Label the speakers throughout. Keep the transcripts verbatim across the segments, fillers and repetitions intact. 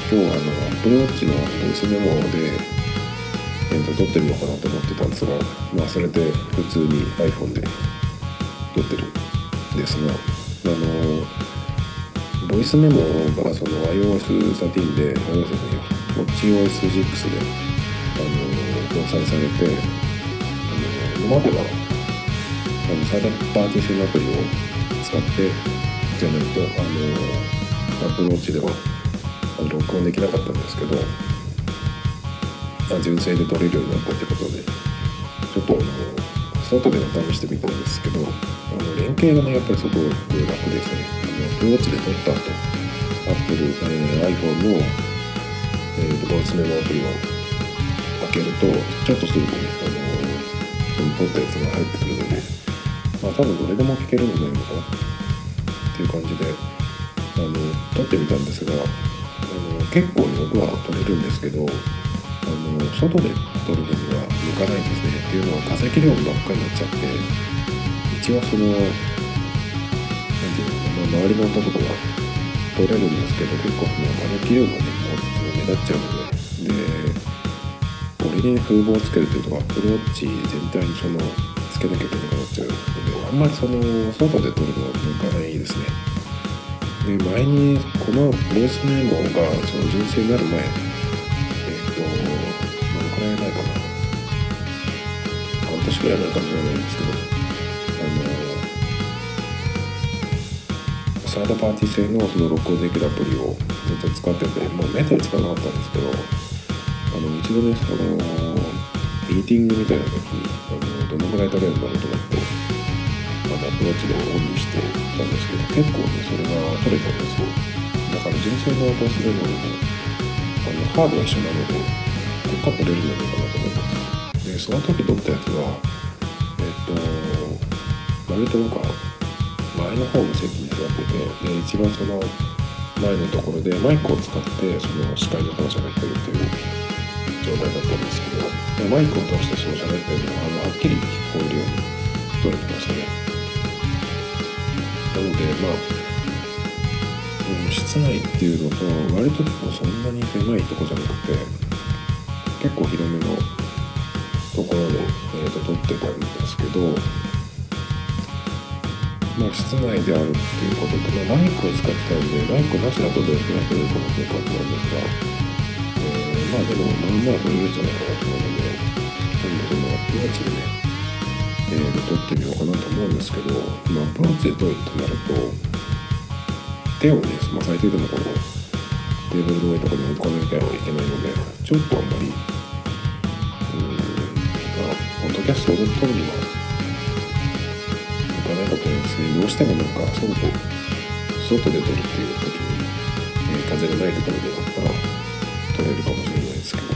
Speaker 1: 今日はあの Apple Watch のボイスメモで、えー、と撮ってみようかなと思ってたんですが、まあ、それで普通に iPhone で撮ってるんですが、あのボイスメモがその アイオーエスじゅうさん で iOS じゃないよ ウォッチオーエスシックス であの搭載されて、あの今まではあのサードパーティー製のアプリを使ってじゃないとあの Apple Watch ではあの録音できなかったんですけど、純正で撮れるようになったってことで、ちょっとあの外でも試してみたんですけど、あの連携がねやっぱりすごく楽ですね。あの Apple Watch で撮った後 Apple、えー、iPhone の、えー、ボイスメモアプリを開けるとちょっとするとね、あのその撮ったやつが入ってくるので、まあ多分どれでも聞けるんじゃないのかなっていう感じであの撮ってみたんですが、あの結構ね音は撮れるんですけど、あの外で撮る分には向かないんですね。っていうのは化石量ばっかりになっちゃって、一応そのなんていうのかな、まあ、周りの音とかは撮れるんですけど、結構その化石量がねもう目立っちゃうので、でこれに風防をつけるというと Apple Watch 全体にそのつけなきゃいけなくなっちゃうので、あんまりその外で撮るのは向かないですね。で前にこのボイスメモがその純正になる前、えっ、ー、とどのくらい前かな、半年くらい前かもしれないんですけど、あのサードパーティー製のその録音できるアプリをずっと使ってて、もうめったに使わなかったんですけど、あの一度ねそのミーティングみたいな時にあのどのくらい撮れるんだろうと思ってアプローチでオンにしてたんですけど、結構ねそれが取れたんですよ。だから純正のボイスメモよりもあのハードは一緒なので結構取れるんじゃないかなと思います。でその時撮ったやつはえっと割となんか前の方の席に座ってて、で一番その前のところでマイクを使ってその視界の方が喋ってるっていう状態だったんですけど、マイクを通してその喋ってるのがあのはっきり聞こえるように撮れてましたね。なのでまあ、うん、室内っていうのと割と結構そんなに狭いとこじゃなくて結構広めのところで、えー、と撮ってたんですけど、まあ室内であるっていうことと、まあ、マイクを使ってたんでマイクなしだとどれくらい撮れるかもという感じなんですが、えー、まあでもまあまあ撮れるんじゃないかなと思うので、今度そのアプローチでねえー、で撮ってみようかなと思うんですけど、まあ、アプローチで撮るってなると手をね、まあ、最低でもこのテーブルの上とかに置いとかなきゃいけないので、ちょっとあんまりうーんまあポッドキャストを撮るには向かないかと思いますね。どうしてもなんか外と外で撮るっていう時に、えー、風がないところでだったら撮れるかもしれないですけど、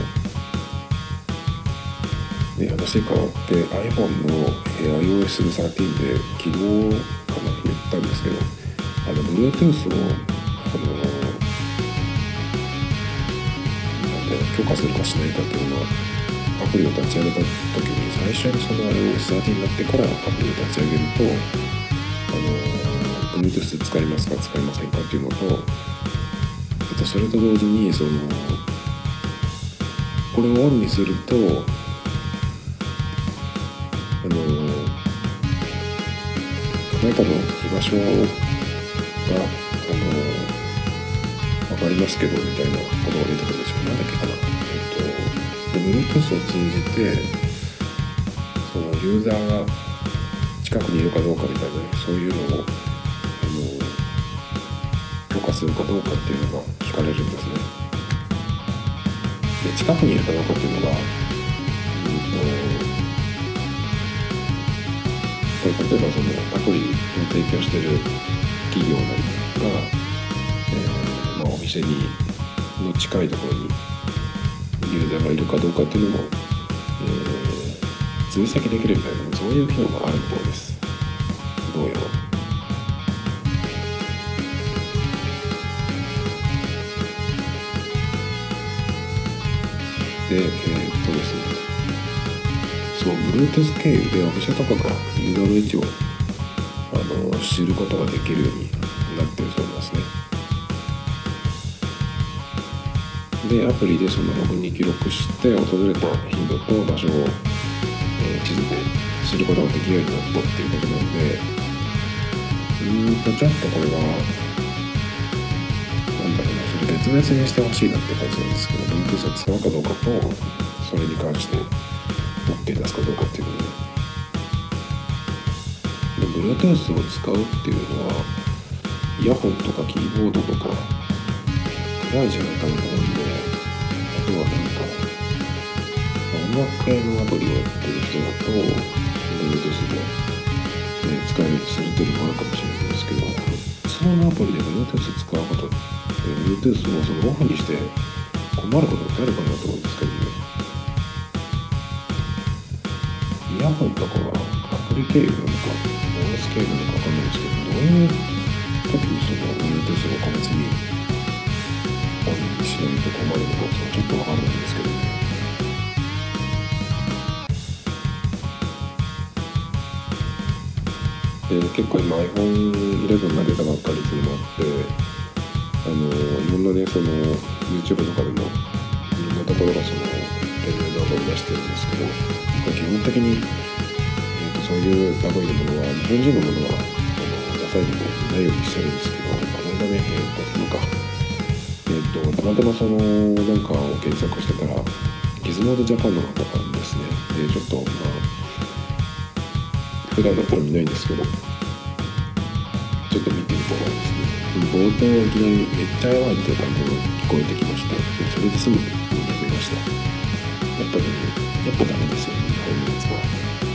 Speaker 1: で話変わって iPhone の アイオーエスじゅうさん で昨日かな言ったんですけど、あの Bluetooth をあのなんだろう許可するかしないかっていうのはアプリを立ち上げた時に最初にその アイオーエスじゅうさん になってからアプリを立ち上げるとあの Bluetooth 使いますか使いませんかっていうのと、あとそれと同時にそのこれをオンにするとあのあなたの居場所があの分かりますけどみたいなことが出てくるんですよ。なんだっけかな、えっと Bluetooth を通じてそのユーザーが近くにいるかどうかみたいな、そういうのをあの許可するかどうかっていうのが聞かれるんですね。で近くにいるかどうかっていうのが、うん例えばそのアプリを提供している企業なりが、えーまあ、お店にの近いところにユーザーがいるかどうかっていうのも、えー、追跡できるみたいな、そういう機能があるみたいです。どうやら。で、えー、っとですねそう、Bluetooth 経由でお店とかがユーザーの位置をあの知ることができるようになっているそうなんですね。 でアプリでそのログに記録して訪れた頻度と場所を、えー、地図で知ることができるようになったっていうことなので、うーんとちょっとこれはなんだろうな、それ別々にしてほしいなって感じなんですけど、 Bluetooth を使うかどうかとそれに関して OK 出すかどうかっていうので、で Bluetooth を使うっていうのはイヤホンとかキーボードとかくらいじゃないかなと思うんで、あとはなんか音楽系のアプリをやってる人だと Bluetooth で、ね、使えるようにするっていうのもあるかもしれないんですけど、そのアプリで Bluetooth 使うことって Bluetooth をそのオフにして困ることってあるかなと思うんですけどね。イヤホンとかはアプリ経由なのか オーエス 経由なのか分かんないですけど、どういう時にその Bluetooth を個別にオンにしないと困るのかちょっと分かんないんですけどね。で結構今 アイフォンイレブン が出たばっかりっていうのもあって、あのいろんなねその YouTube とかでもいろんなところがそのレビュー動画を出してるんですけど、基本的に、えー、とそういう類のものは日本人のものはあの出されてないようにしてるんですけど、この間ねえっ、ー、となんかえっ、ー、とたまたまそのなんかを検索してたらギズモードジャパンの方なんですね。でちょっとまあ普段だったら見ないんですけど、ちょっと見てみたらですね、冒頭いきなりめっちゃやばいっていう単語が聞こえてきまして、それですぐにやめました。やっぱり、ね、やっぱダメですよね、日本のやつは。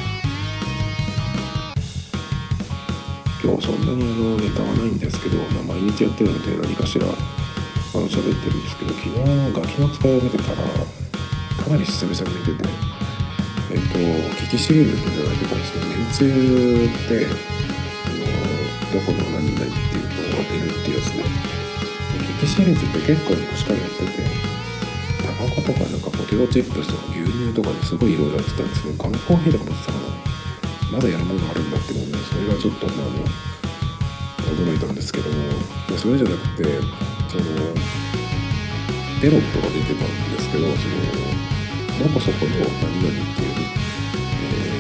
Speaker 1: 今日そんなにあのネタはないんですけど、まあ、毎日やってるので何かしらあの喋ってるんですけど、昨日ガキの使いを見てたらかなり久々に見てて、えっと、キキシリーズっていうのが出てたんですけど、めんつゆってあのどこの何々っていうのを当てるっていうやつで、キキシリーズって結構昔からやってて、タバコとかなんかポテトチップスとか牛乳とかですごいいろいろやってたんですけど、缶コーヒーとかもやってたかな、まだやるものあるんだっていうので、それがちょっとまあの驚いたんですけども、それじゃなくてそのテロップが出てたんですけど、そのどこそこの何々っていう、え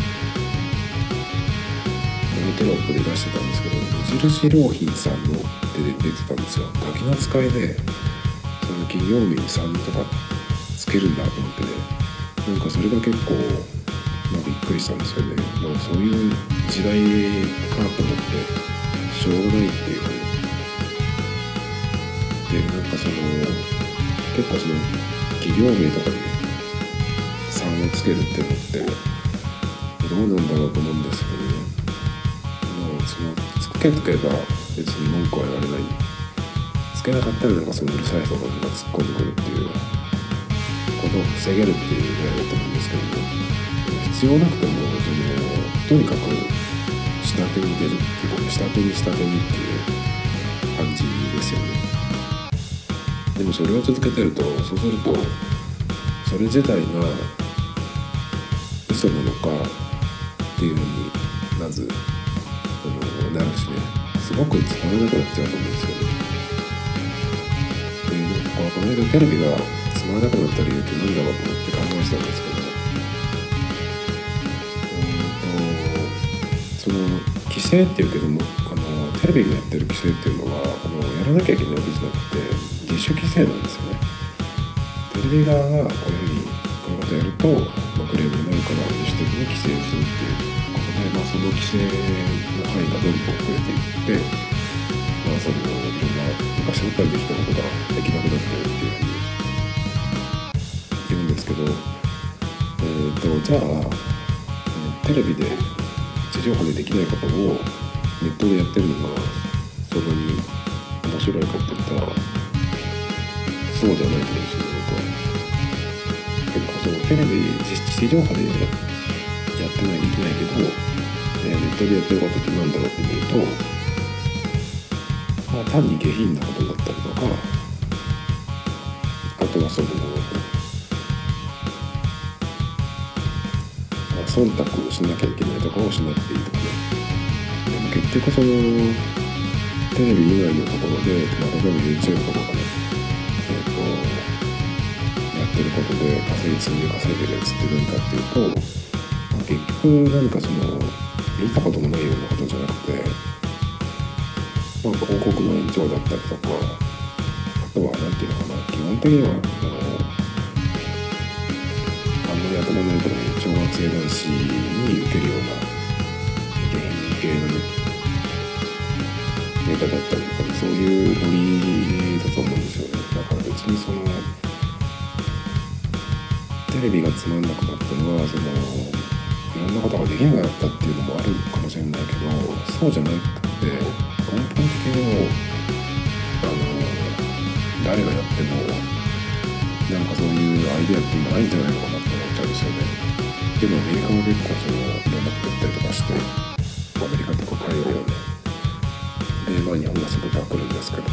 Speaker 1: ー、テロップで出してたんですけど、無印良品さんので出てたんですよ。ガキの使いでその企業名にさんとかつけるんだと思ってね、なんかそれが結構、まあ、びっくりしたんですよね。もうそういう時代かと思ってしょうがないっていうかね。でなんかその結構その企業名とかにさんをつけるってのってどうなんだろうと思うんですけどね。もうそのつけとけば別に文句は言われない、つけなかったらなんかそのうるさい人がなんか突っ込んでくるっていうことを防げるっていうぐらいだと思うんですけども、必要なくてもそのとにかく下手に出るっていうか、下手に下手にっていう感じですよね。でもそれを続けてると、そうするとそれ自体が嘘なのかっていうふうにまずあのなるしね、すごく使わなくなっちゃうと思うんですよね。でなんかこの間テレビが使わなくなった理由って何だろうと思って考えてたんですけど、うんとその規制っていうけども、あのテレビがやってる規制っていうのはあのやらなきゃいけないわけじゃなくて自主規制なんですよね。テレビ側がこういうふうにこういうことやると、まあ、クレームになるから自主的に規制するっていうことで、まあ、その規制の範囲がどんどん増えていって、まあ、そのいろんな昔だったらできたことができなくなってるっていうふうに言うんですけど、えーとじゃあテレビで地上波でできないことをネットでやってるのがそんなに面白いかって言ったらそうじゃないと思うんですよね、僕は。結構そのテレビ地上波で や, やってないできないけど、えー、ネットでやってることってなんだろうって見ると、まあ単に下品なことだったりとか、あとはその、まあ、忖度をしなきゃいけないとかをしなくていいとかね。でも結局そのテレビ以外のところで、まあ、例えば YouTube とかね、えっとってることで稼い数字稼いでるやつって何かっていうと、まあ、結局何かその見たこともないようなことじゃなくて、まあ、広告の延長だったりとか、あとは何ていうのかな、基本的にはあのあんまり頭のいいことに小学生男子に受けるような下品系のねネタだったりとかで、そういうノリだと思うんですよね。だから別にそのテレビがつまんなくなったのはそのいろんなことができなくなったっていうのもあるかもしれないけど、そうじゃなくて根本的にもあの誰がやってもなんかそういうアイデアって今ないんじゃないのかなって思っちゃうんですよね。でもアメリカも結構そのいろんなことやったりとかして、アメリカとか海外はね、でまあ日本がすぐパクるんですけど、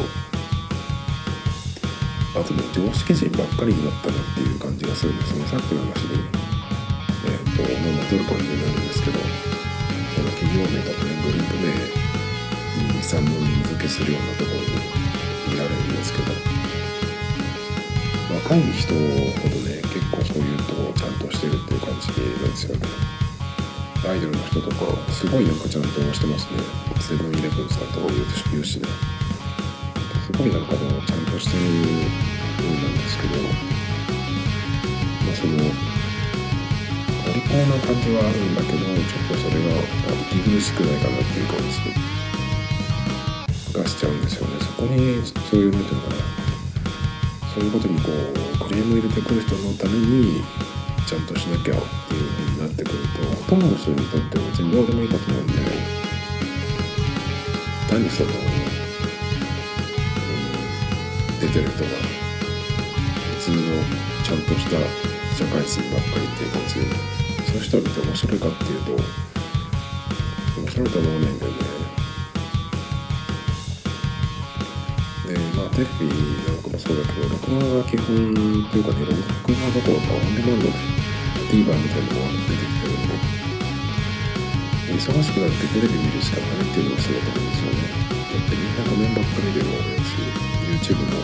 Speaker 1: あとね常識人ばっかりになったなっていう感じがするんですね。さっきの話にえっ、ー、とまあ戻る感じになるんですけど、その企業名とかねグループ名にさん文付けするようなところに見られるんですけど、若い人ほどね結構そういうとちゃんとしてるっていう感じなんですよね。アイドルの人とかすごいなんかちゃんとしてますね。セブンイレブンさんとか言うしね、すごいなんかもうちゃんとしてる風なんですけど、まあそのお利口な感じはあるんだけど、ちょっとそれが息苦しくないかなっていう感じがしちゃうんですよね。そこにそういうなんていうのかな、そういうことにこうクレーム入れてくる人のためにちゃんとしなきゃっていう風になってくると、ほとんどの人にとっては別にどうでもいいかと思うんで、単にその、うん、出てる人が普通のちゃんとした社会人ばっかりっていう感じで、そういう人を見て面白いかっていうと面白いと思わないんだよね。でまあテレビなんかもそうだけど、録画が基本というかね、録画どころかオンデマンドで TVer みたいなのが出てきてるんで、忙しくなってテレビ見るしかないっていうのがそうだと思うんですよね。だってみんな画面ばっかり見てるわけだし、 YouTube の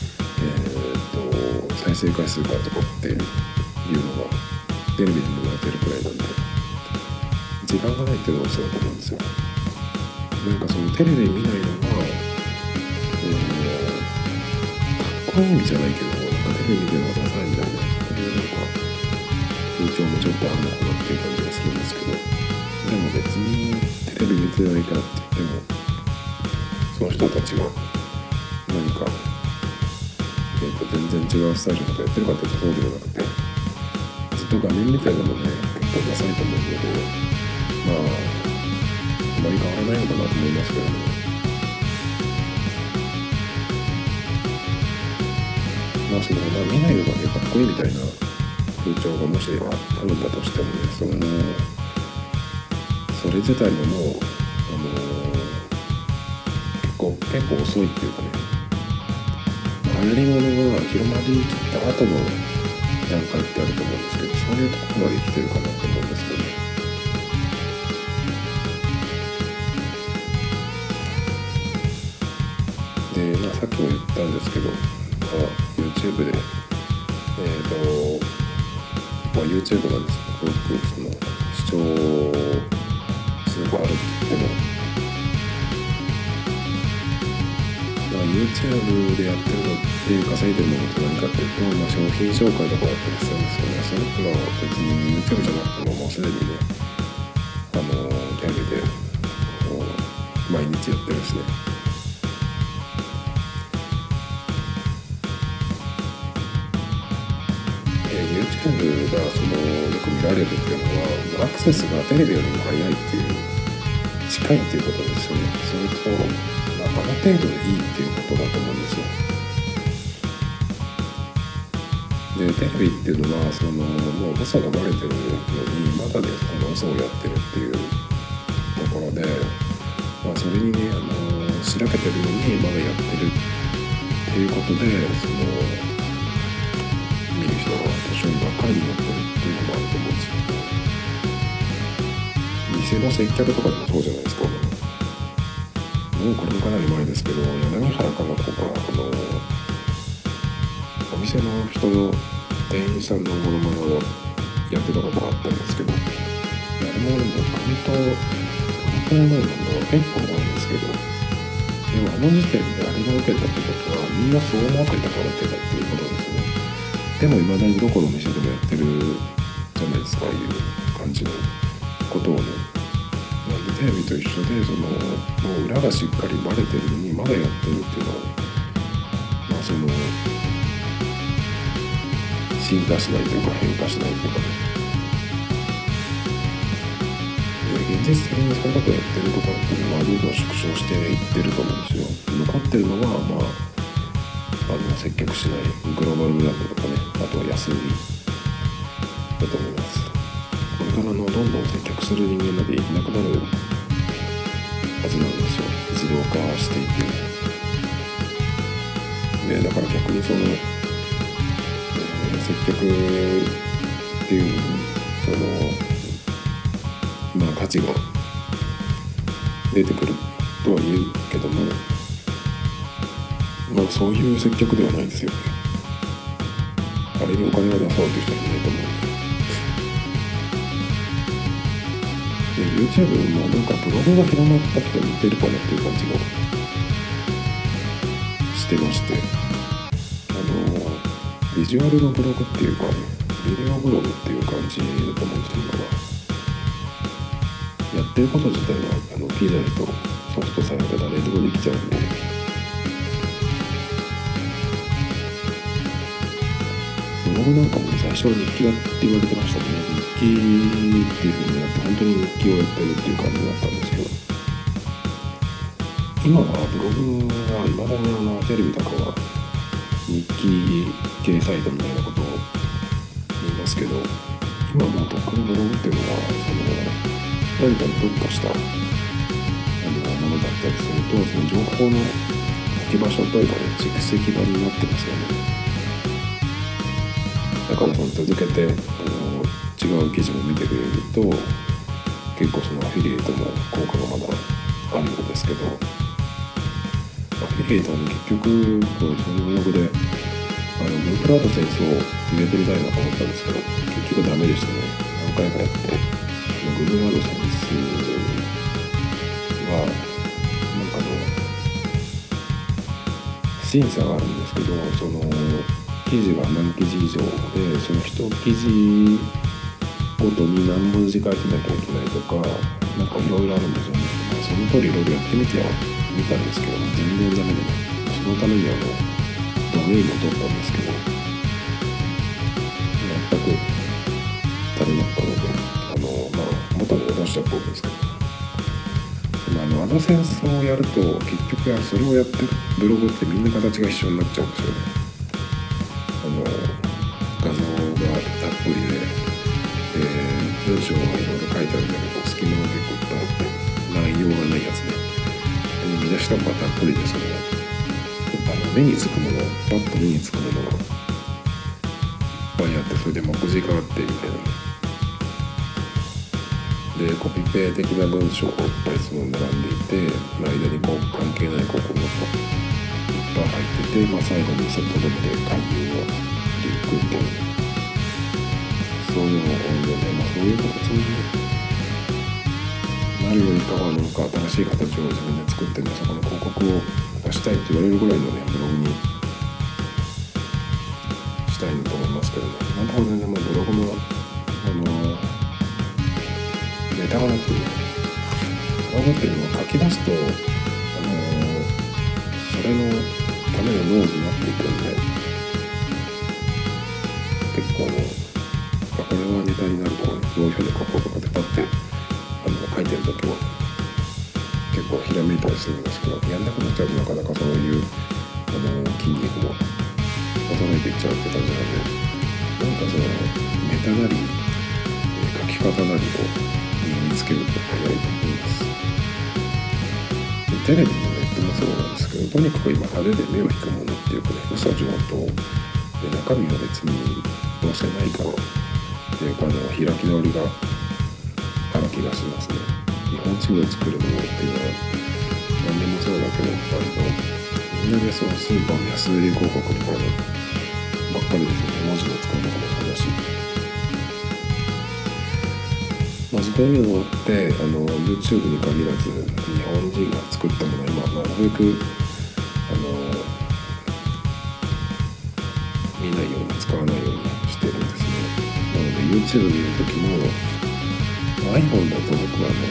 Speaker 1: えー、っと再生回数がとかっていうのがテレビで見られてるくらいなんで、時間がないっていうのがそうだと思うんですよ。なんかそのテレビ見ないのが、えー、かっこいい意味じゃないけど、なんかテレビ見てるのがダサいみたいな、そういうなんか風潮もちょっとあるのかなっていう感じがするんですけど、でも別にテレビ見てないからって言っても、その人たちが何か、えー、と全然違うスタイルのことやってるかっていうとそうでもなくて、ずっと画面みたいなのもね結構ダサいと思うので、まああまり変わらないのかなと思いますけどね。まあそのまあ見ないのがねかっこいいみたいな風潮がもしあるんだとしてもね、そのそれ自体ももう、あのー、結構結構遅いっていうかね、流行り物が広まりきった後の段階ってあると思うんですけど、そういうところまで来てるかなと思うんですけどね。で、まあ、さっきも言ったんですけど、まあ、YouTube で、えーと、まあ、YouTube なんですけど、僕、その、視聴数があるって言っても、まあ、YouTube でやってるのって稼いでるものって何かっていうと、まあ、商品紹介とかだったりするんですよね。それってのは別に YouTube じゃなくてももうすでにね、あのテレビで毎日やってるしね。で YouTube がそのよく見られるっていうのは、アクセスがテレビよりも早いっていう近いっていうことですよね。それとまあ、あの程度でいいっていうことだと思うんですよ。でテレビっていうのはそのもう嘘がバレてるのにまだねその嘘をやってるっていうところで、まあ、それにねあのしらけてるのにまだやってるっていうことで、その見る人が年寄りばっかりになってるっていうのもあると思うんですよ。店の接客とかでもそうじゃないですか。もうこれもかなり前ですけど、柳原かなとかあのお店の人の店員さんのモノマネをやってたことがあったんですけど、あれもでも本当どのくらい前なんだろう、結構前ですけど、でもあの時点であれが受けたってことはみんなそう思ってたから受けたっていうことですね。でも未だにどこの店でもやってるじゃないですか、ああいう感じのことをね。なんでテレビと一緒で、そのもう裏がしっかりバレてるのにまだやってるっていうのは、まあその進化しないというか変化しないというかね、で現実的にそれだとやってるところっていうのはどんどん縮小していってると思うんですよ。残ってるのはまああの接客しないグローバルブランドとかね、あとは安売りだと思います。これからのどんどん接客する人間までいなくなるはずなんですよ、自動化していってね。でだから逆にその、えー、接客っていうそのまあ価値が出てくるとは言うけども、まあそういう接客ではないですよね。あれにお金を出そうという人はいないと思うんで。で YouTube もなんかブログが広まった人に似てるかなっていう感じがしてまして、あのビジュアルのブログっていうか、ね、ビデオブログっていう感じだと思うんですけど、やってること自体はあの機材とソフトさえあれば誰でもできちゃうんで、ブログなんかも最初は日記だって言われてましたね。日記っていう風になって本当に日記をやってるっていう感じだったんですけど、今はブログがいまだにあのテレビとかは日記系サイトみたいなことを言いますけど、今もうとっくにブログっていうのはその何かに特化したあのものだったりすると、その情報の置き場所というかね、蓄積場になってますよね。だからその続けてあの違う記事も見てくれると結構そのアフィリエイトも効果がまだあるようですけど、アフィリエイトは、ね、結局こう自分のブログであのグープラードセンスを入れてみたいなと思ったんですけど、結局ダメでしたね。何回かやってグープラードセンスはなんかの審査があるんですけど、その記事が何記事以上でその一記事ごとに何文字書いてなきゃいけないとか、なんかいろいろあるんですよね。まあ、その通りいろいろやってみては見たんですけど全然ダメでね、そのためにあのドメインを取ったんですけど全くダメだったので、あのまあ元に戻しちゃったんですけど、でもあのあのセンスをやると結局はそれをやってるブログってみんな形が一緒になっちゃうんですよね。あの画像がたっぷりで、えー、文章がいろいろ書いてあるんだけど隙間が結構いっぱいあって内容がないやつね。で見出しとかたっぷりで、そのあの目につくもの、パッと目につくものがいっぱいあって、それで目次があってみたいなでコピペ的な文章がいっぱいその並んでいて、間にこう関係ないここのいっぱい入ってて、まあ、最後にそのとどめで勧誘のリンクみたいな、そういうのを多いので、まあ、そういう形になるよりかはなんか新しい形を自分で作ってね、そこの広告を出したいって言われるぐらいのねブログにしたいなと思いますけどね。なんとか全然まあブログもあのネタがなくてね、ブログっていうのは書き出すとあのそれのための脳になっていくんで、結構ね、これはネタになるとかね、どういうふうに書こうとかでパッてあの書いてるときは結構ひらめいたりするんですけど、やんなくなっちゃうとなかなかそういうあの筋肉も衰えていっちゃうって感じなんで、なんかそのネタなり書き方なりを身につけると早いと思います。テレビもネットもそうなんですけど、とにかく今派手で目を引くものっていうかね、嘘上等で中身は別に載せないからっていうか、あの開き直りがある気がしますね。日本地図を作るものっていうのは何でもそうだけど、あのみんなでそのスーパーの安売り広告みたいなのばっかりですよね。文字の使い方もし、まあ、そういうのってあの YouTube に限らず日本人が作ったものを今なるべくあの見ないように使わないようにしてるんですね。なので YouTube 見るときも iPhone だと僕はあの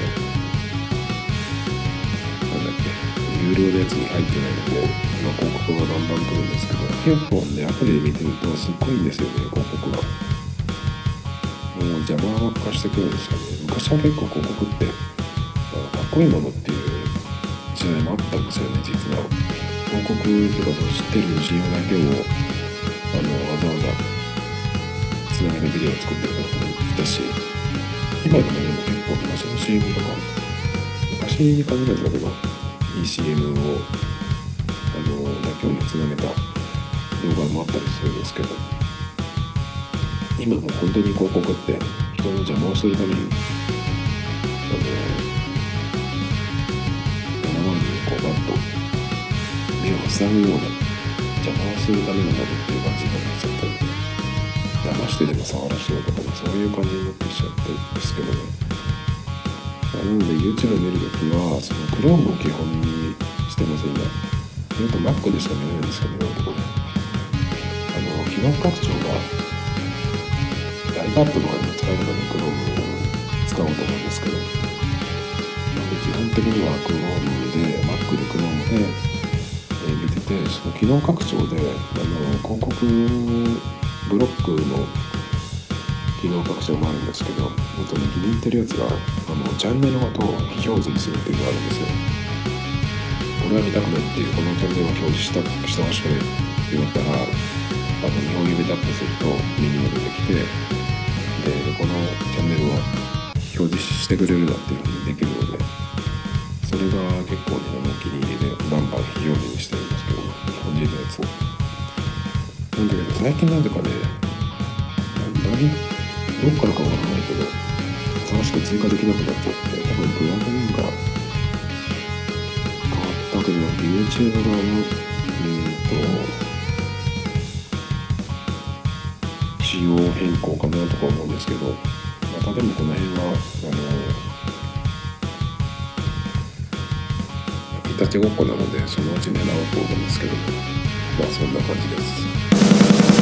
Speaker 1: なんだっけ有料のやつに入ってないので、まあ、広告がバンバン来るんですけど、iPhone でアプリで見てるとすっごいんですよね、広告が。もう邪魔化してくるんですよね。昔は結構広告ってかっこいいものっていう時代もあったんですよね、実は。広告とか知ってる シーエム だけをあのわざわざつなげるビデオを作ってる方もいたし、今でもでも結構昔の シーエム とか昔に限らずだけどいい シーエム をあのだけをつなげた動画もあったりするんですけど、今もう本当に広告って人の邪魔をするためにあの目の前にこうバッと目を塞ぐような邪魔をするためのものっていう感じになってきちゃったり、騙してでも触らせようとかね、そういう感じになってきちゃってるんですけどね。なので YouTube 見るときはその Chrome を基本にしてませんね。言うと Mac でしか見れないんですけど、今のところあの機能拡張がiPad とかでも使えるので Chrome を使おうと思うんですけど、なので基本的には Chrome で Mac で Chrome で、えー、見てて、その機能拡張であの広告ブロックの機能拡張もあるんですけど、本当に気に入ってるやつがあのチャンネルごと非表示にするっていうのがあるんですよ。俺は見たくないっていう、このチャンネルを表示したしてほしくないって言ったら、あのにほん指タップするとメニューが出てきて、でこのチャンネルは表示してくれるなっていう風にできるので、それが結構ねお気に入りでバンバン非表示にしてるんですけど、日本人のやつをなんだけど、最近なんでかね、何どっからかわからないけど新しく追加できなくなっちゃって、多分プラグインが変わったわけじゃなくて YouTube 側のうんと仕様変更かなとか思うんですけど、またでもこの辺はあのいたちごっこなのでそのうち狙おうと思うんですけど、まあそんな感じです。